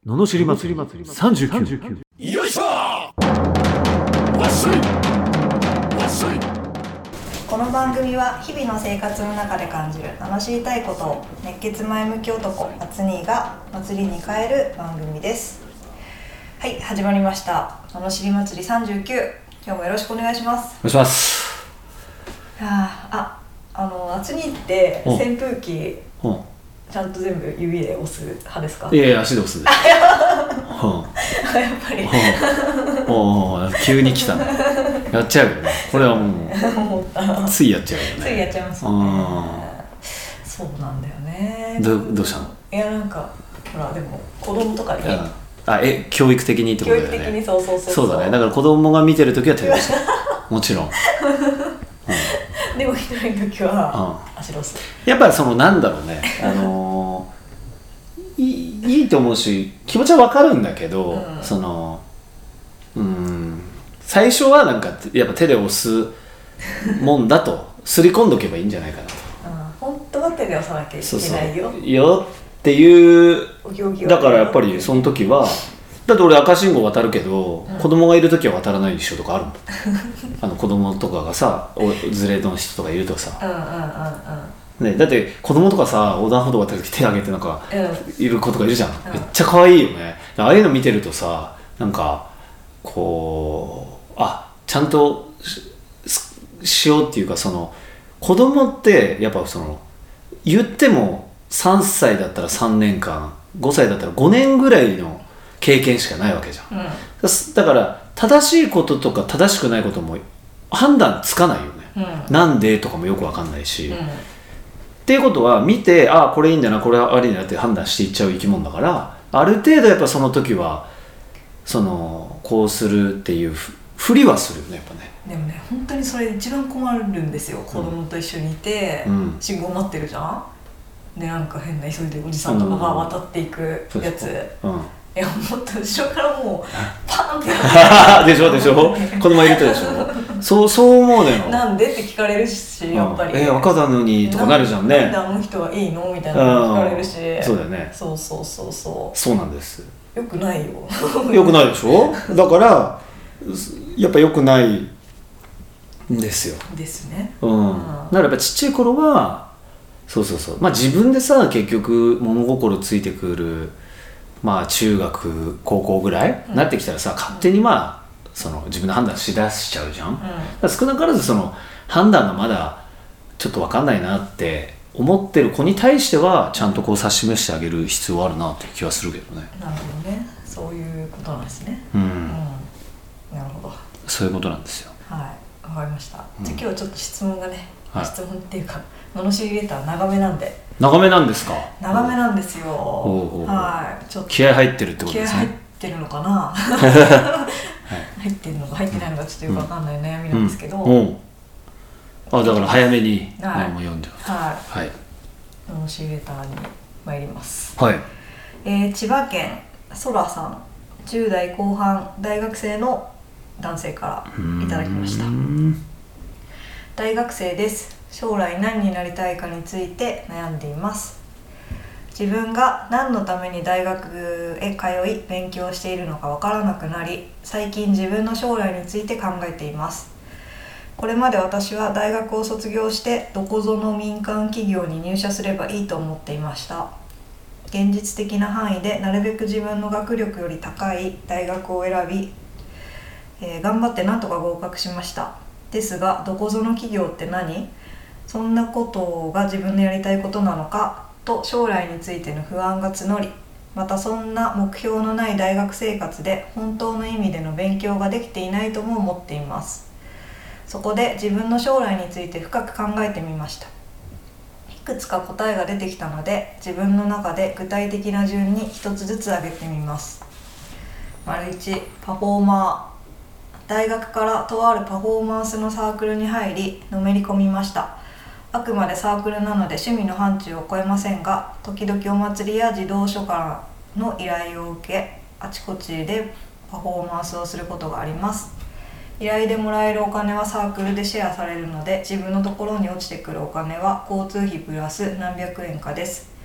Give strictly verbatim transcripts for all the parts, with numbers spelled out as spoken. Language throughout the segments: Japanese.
ののしり祭りさんじゅうきゅう。 よいしょわっしょいわっしょい。 この番組は日々の生活の中で感じる楽しりたいことを熱血前向き男アツニーが祭りに変える番組です。はい、始まりましたののしり祭りさんじゅうきゅう。今日もよろしくお願いします。 お願いします。 いやあ、あのアツニーって扇風機ちゃんと全部指で押す派ですか？ いやいや、足で押すでやっぱりおお、急に来たね。やっちゃうよね。これはもうついやっちゃうよね。 ついやっちゃいますよね。そうなんだよね。 ど, どうしたの？ いや、なんかほら、でも子供とかにね、 あ、え、教育的にってことだよね。 教育的に、そうそうそうそうだね。だから子供が見てるときは手を押すもちろん、うんでも一人の時は足で押す。 やっぱりそのなんだろうね、あのー、い, い, いいと思うし気持ちはわかるんだけど、うん、そのうん最初はなんかやっぱ手で押すもんだとすり込んどけばいいんじゃないかなと。 うん、本当は手で押さなきゃいけないよ。 そうそうよっていう。だからやっぱりその時はだって俺赤信号渡るけど、うん、子供がいる時は渡らないでしょとかあるもんあの子供とかがさ、お連れの人とかいるとさ、うんうんうんうん、ね、だって子供とかさ横断歩道渡る時手挙げてなんか、うん、いる子とかいるじゃん、うん、めっちゃ可愛いよね。ああいうの見てるとさ、なんかこうあちゃんと し, しようっていうか、その子供ってやっぱその言ってもさんさいだったらさんねんかん、ごさいだったらごねんぐらいの経験しかないわけじゃん、うん、だから正しいこととか正しくないことも判断つかないよね、うん、なんでとかもよくわかんないし、うん、っていうことは見て、あこれいいんだなこれは悪いんだなって判断していっちゃう生き物だから、ある程度やっぱその時はそのこうするっていうふりはするよね、やっぱね。 でもね、本当にそれ一番困るんですよ。子供と一緒にいて、うん、信号待ってるじゃん。でなんか変な急いでおじさんとかが渡っていくやつ、うん、いやもっと後ろからもうパーンってやってでしょでしょ子供いるとでしょそうそう思うのよ。 なんでって聞かれるし、やっぱり、うん、 え赤なのにとかなるじゃんね。 なんであの人はいいのみたいなの聞かれるし、 そうだよね。 そうそうそうそうそうなんです。 よくないよよくないでしょだからやっぱよくないんですよ。 ですね。 うん、うん、だからやっぱちっちゃい頃はそうそうそう、まあ自分でさ結局物心ついてくる、まあ中学高校ぐらい、うん、なってきたらさ、勝手にまあその自分で判断しだしちゃうじゃん、うん、だから少なからずその判断がまだちょっと分かんないなって思ってる子に対してはちゃんとこう指し示してあげる必要はあるなって気はするけどね。 なるほどね、そういうことなんですね。 うん、うん、 なるほど、 そういうことなんですよ。 はい、わかりました、うん、じゃあ今日ちょっと質問がね、はい、質問っていうかののしりレター長めなんで。 長めなんですか？ 長めなんですよ。 おうおう、 はい、ちょっと気合入ってるってことですね。 気合入ってるのかな、はい、入ってるのか入ってないのかちょっとよくわかんない悩みなんですけど、うんうん、あだから早めに前も読んでます。 はい、 はい、 ののしりレターに参ります。 はい、 えー、千葉県そらさん、じゅう代後半大学生の男性からいただきました。大学生です。将来何になりたいかについて悩んでいます。自分が何のために大学へ通い勉強しているのかわからなくなり、最近自分の将来について考えています。これまで私は大学を卒業してどこぞの民間企業に入社すればいいと思っていました。現実的な範囲でなるべく自分の学力より高い大学を選び、えー、頑張ってなんとか合格しました。ですが、どこぞの企業って何？そんなことが自分のやりたいことなのかと将来についての不安が募り、またそんな目標のない大学生活で本当の意味での勉強ができていないとも思っています。そこで自分の将来について深く考えてみました。いくつか答えが出てきたので、自分の中で具体的な順に一つずつ挙げてみます。丸いち、パフォーマー。大学からとあるパフォーマンスのサークルに入り、のめり込みました。あくまでサークルなので趣味の範疇を超えませんが、時々お祭りや児童書からの依頼を受け、あちこちでパフォーマンスをすることがあります。依頼でもらえるお金はサークルでシェアされるので、自分のところに落ちてくるお金は交通費プラス何百円かです。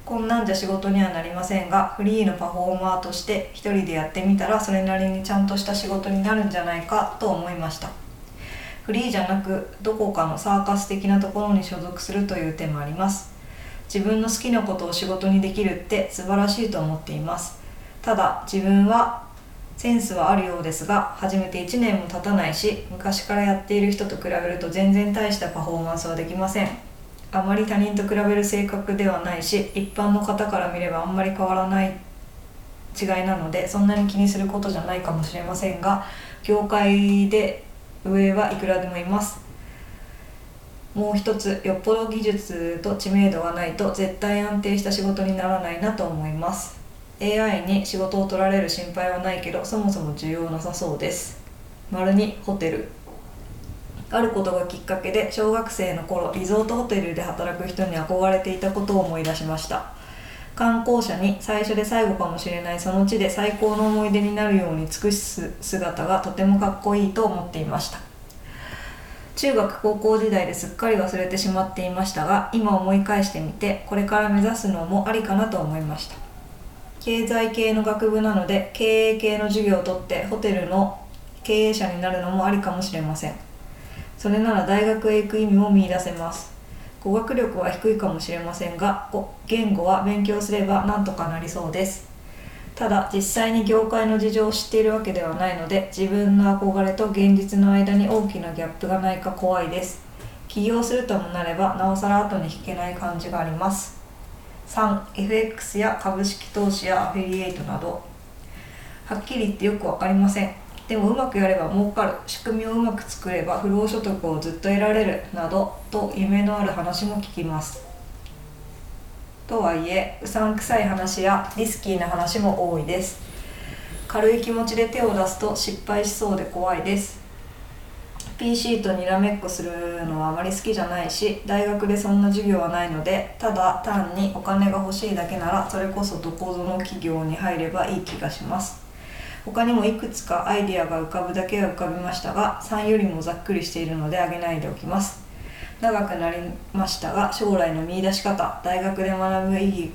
こんなんじゃ仕事にはなりませんが、フリーのパフォーマーとして一人でやってみたらそれなりにちゃんとした仕事になるんじゃないかと思いました。フリーじゃなくどこかのサーカス的なところに所属するという手もあります。自分の好きなことを仕事にできるって素晴らしいと思っています。ただ自分はセンスはあるようですが、始めていちねんも経たないし、昔からやっている人と比べると全然大したパフォーマンスはできません。あまり他人と比べる性格ではないし、一般の方から見ればあんまり変わらない違いなので、そんなに気にすることじゃないかもしれませんが、業界で上はいくらでもいます。もう一つ、よっぽど技術と知名度がないと絶対安定した仕事にならないなと思います。 エーアイ に仕事を取られる心配はないけど、そもそも需要なさそうです。丸にホテル。あることがきっかけで小学生の頃リゾートホテルで働く人に憧れていたことを思い出しました。観光者に最初で最後かもしれないその地で最高の思い出になるように尽くす姿がとてもかっこいいと思っていました。中学高校時代ですっかり忘れてしまっていましたが、今思い返してみてこれから目指すのもありかなと思いました。経済系の学部なので経営系の授業を取ってホテルの経営者になるのもありかもしれません。それなら大学へ行く意味も見出せます。語学力は低いかもしれませんが、言語は勉強すればなんとかなりそうです。ただ実際に業界の事情を知っているわけではないので、自分の憧れと現実の間に大きなギャップがないか怖いです。起業するともなればなおさら後に引けない感じがあります。さん. エフエックス や株式投資やアフィリエイトなど、はっきり言ってよくわかりません。でもうまくやれば儲かる、仕組みをうまく作れば不労所得をずっと得られるなどと夢のある話も聞きます。とはいえうさんくさい話やリスキーな話も多いです。軽い気持ちで手を出すと失敗しそうで怖いです。 ピーシー とにらめっこするのはあまり好きじゃないし、大学でそんな授業はないので、ただ単にお金が欲しいだけならそれこそどこぞの企業に入ればいい気がします。他にもいくつかアイデアが浮かぶだけは浮かびましたが、さんよりもざっくりしているので挙げないでおきます。長くなりましたが、将来の見出し方、大学で学ぶ意義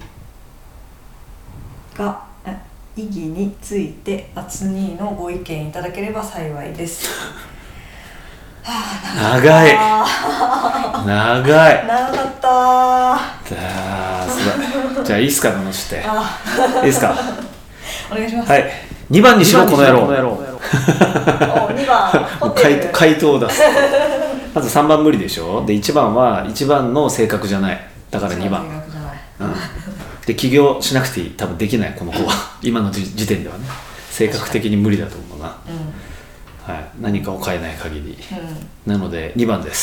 が意義についてあつにのご意見いただければ幸いです。 はあ、長い長い長かったあーじゃあいいっすか、のしていいっすかお願いします。 はい、にばんにしろこの野郎おにばんホテル回答を出すまずさんばん無理でしょ。でいちばんはいちばんの性格じゃない、だからにばん、うん、で起業しなくていい、多分できないこの子は今の時点ではね、性格的に無理だと思うな、うん、はい、何かを変えない限り、うん、なのでにばんです。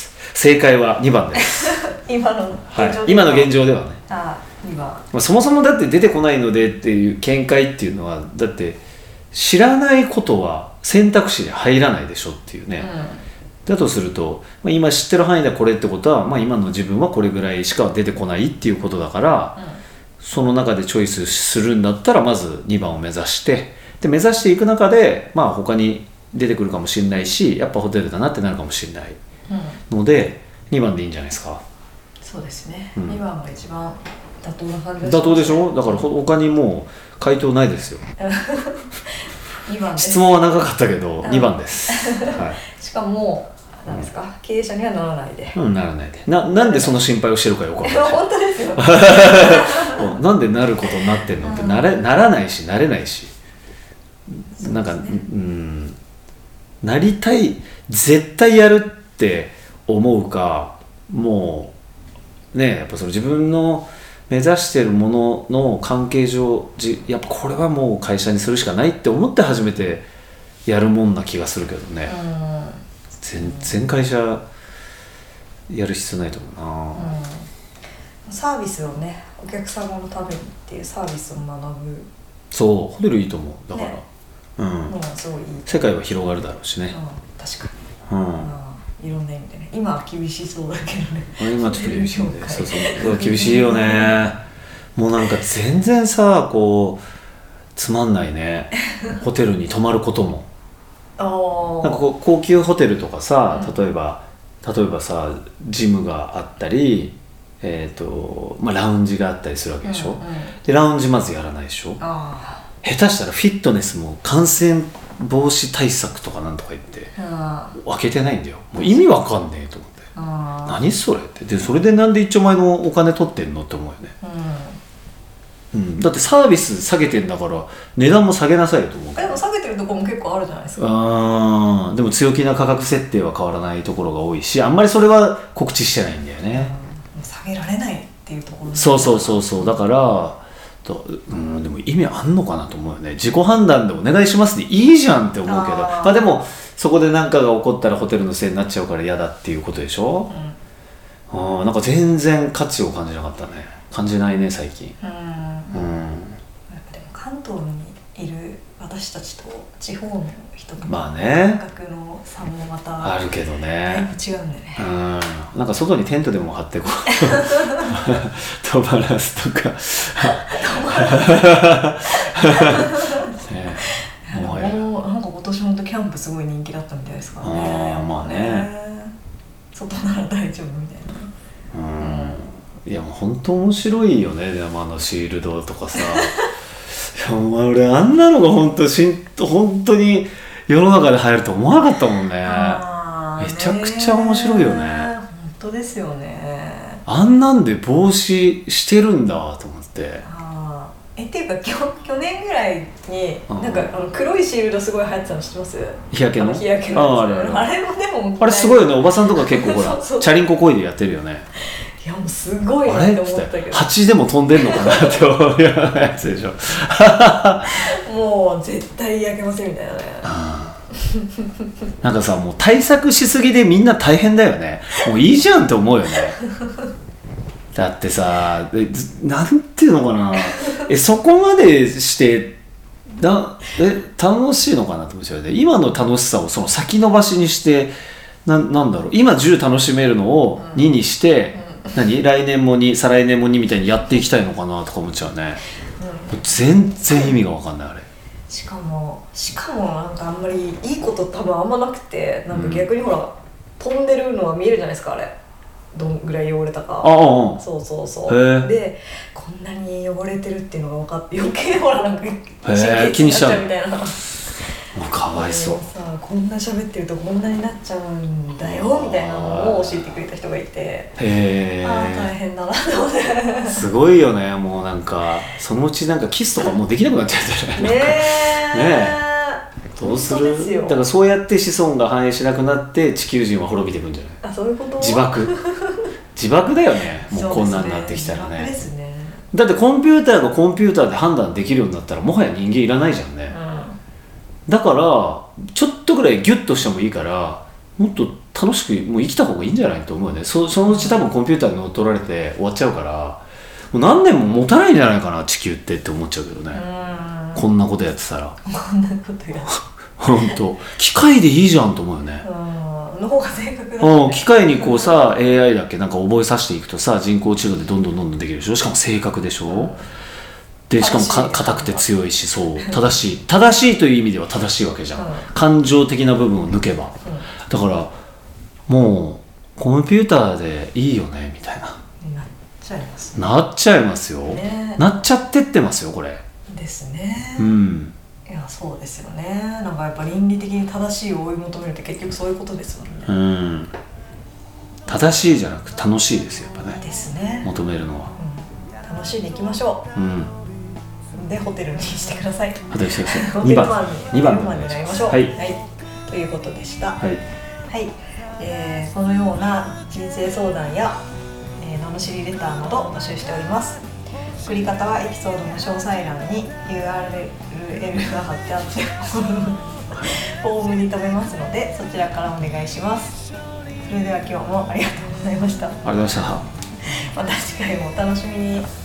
正解はにばんです今の現状、 はい、今の現状ではね。 ああ、にばん、 まあ、そもそもだって出てこないのでっていう見解っていうのは、だって知らないことは選択肢に入らないでしょっていうね、うん、だとすると、まあ、今知ってる範囲でこれってことは、まあ、今の自分はこれぐらいしか出てこないっていうことだから、うん、その中でチョイスするんだったらまずにばんを目指して、で目指していく中で、まあ、他に出てくるかもしれないし、やっぱホテルだなってなるかもしれないので、うん、にばんでいいんじゃないですか。 そうですね、うん、にばんが一番妥当な感じです。妥当でしょ。だから他にもう回答ないですよにばんです。 質問は長かったけど、うん、にばんです、はい、 しかも何ですか、うん、経営者にはならないで、 うん、ならないで な, なんでその心配をしてるかよくわかんない本当ですよなんでなることになってんのって、なれならないしなれないし、ね、なんか、うん、なりたい、絶対やるって思うか、もうね、やっぱその自分の目指してるものの関係上、やっぱこれはもう会社にするしかないって思って初めてやるもんな気がするけどね、うん、全然会社やる必要ないと思うな、 うん、サービスをね、お客様のためにっていうサービスを学ぶ。 そう、ホテルいいと思う。だから、ね、うん、 もうすごいいい、 世界は広がるだろうしね、 うん、確かに、うん、 いろんな意味でね。今は厳しそうだけどね。 今ちょっと厳しいんで、そうそう厳しいよね。もうなんか全然さ、こうつまんないね。ホテルに泊まることも。なんかこう高級ホテルとかさ、例えば、うん、例えばさ、ジムがあったり、 えーとまあ、ラウンジがあったりするわけでしょ、 うんうん、 でラウンジまずやらないでしょ。 あ下手したらフィットネスも感染防止対策とかなんとか言って開けてないんだよ。もう意味わかんねえと思って、 あ何それって。でそれでなんで一丁前のお金取ってんのって思うよね、 うんうん、だってサービス下げてんだから値段も下げなさいよと思う。 でも下げてるとこも結構あるじゃないですか。 あーでも強気な価格設定は変わらないところが多いし、あんまりそれは告知してないんだよね、 うん、下げられないっていうところ。 そうそうそうそうだからと、うん、でも意味あんのかなと思うよね。自己判断でお願いしますでいいじゃんって思うけど、 あーまあでもそこで何かが起こったらホテルのせいになっちゃうから嫌だっていうことでしょ、うん、あなんか全然価値を感じなかったね。感じないね最近。 うん、うん、 うん、 やっぱでも関東にいる私たちと地方の人とまあね感覚の差もまたあるけどだいね。 ぶ違うんだよね。 うん、なんか外にテントでも張ってこうトバラスとかねえもはやもうなんか今年本当キャンプすごい人気だったみたいですからね。 あーまあね外なら大丈夫みたいな。 うんいやもう本当面白いよね。でもあのシールドとかさいやお前俺あんなのが本当しん本当に世の中で流行ると思わなかったもんね。 あーめちゃくちゃ面白いよね。 本当ですよね。 あんなんで防止してるんだと思って。 あーえっていうかきょ去年ぐらいにうんなんかあの黒いシールドすごい流行ってたの知ってます？ 日焼けのあ日焼けあのあれあれあれもでもあれすごいよね。おばさんとか結構ほらそうそうチャリンコこいでやってるよね。 いやもうすごいなあれってっつって思ったけど、 蜂でも飛んでんのかなって思うようなやつでしょもう絶対焼けませんみたいなね。 なんかさもう対策しすぎでみんな大変だよね。もういいじゃんって思うよねだってさえずなんていうのかなえそこまでしてなえ楽しいのかなって思っちゃうよね。今の楽しさをその先延ばしにしてな, なんだろう今じゅう楽しめるのをににして、うん、何来年もに再来年もにみたいにやっていきたいのかなとか思っちゃうね、うん、全然意味が分かんないあれ。 しかもしかもなんかあんまりいいこと多分あんまなくて、なんか逆にほら、うん、飛んでるのは見えるじゃないですかあれどんぐらい汚れたか。 ああそうそうそうでこんなに汚れてるっていうのが分かって余計ほらなんか気にしちゃうみたいなもうかわいそうさこんな喋ってるとこんなになっちゃうんだよみたいなのを教えてくれた人がいて、 へあー大変だなと思ってすごいよね。もうなんかそのうちなんかキスとかもうできなくなっちゃうじゃないねえねえどうする。だからそうやって子孫が繁栄しなくなって地球人は滅びていくんじゃない。 あそういうこと。 自爆自爆だよね。もうこんなんなってきたらね。 自爆ですね。 だってコンピューターがコンピューターで判断できるようになったらもはや人間いらないじゃんね、うん、だからちょっとぐらいギュッとしてもいいからもっと楽しくもう生きた方がいいんじゃないと思うよね。 そ, そのうち多分コンピューターに乗っ取られて終わっちゃうからもう何年も持たないんじゃないかな地球ってって思っちゃうけどね、うん、こんなことやってたらこんなことやって本当機械でいいじゃんと思うよね、 うんの方が正確だ、 ね、うん、機械にこうさ エーアイ だっけなんか覚えさせていくとさ人工知能でどんどんどんどんできるでしょ。しかも正確でしょ、うん、でしかもか硬くて強いしそう正しい正しいという意味では正しいわけじゃん、うん、感情的な部分を抜けば、うん、だからもうコンピューターでいいよねみたいななっちゃいます、 ね、なっちゃいますよ、 ね、 なっちゃってってますよこれですね。 うんいやそうですよね。なんかやっぱ倫理的に正しいを追い求めるって結局そういうことですもんね。 うん正しいじゃなくて楽しいですよやっぱね。 ですね求めるのは、 うん、楽しいでいきましょう、うん、でホテルにしてください。 ホテルしてください。 ホテルマンににばんホテルマンになりましょう。 はい、 はい、ということでした。 はい、 はいえー、このような人生相談や、えー、罵りレターなど募集しております。送り方はエピソードの詳細欄に ユーアールエル が貼ってあってフォームに飛べますのでそちらからお願いします。それでは今日もありがとうございました。 ありがとうございました。 また次回もお楽しみに。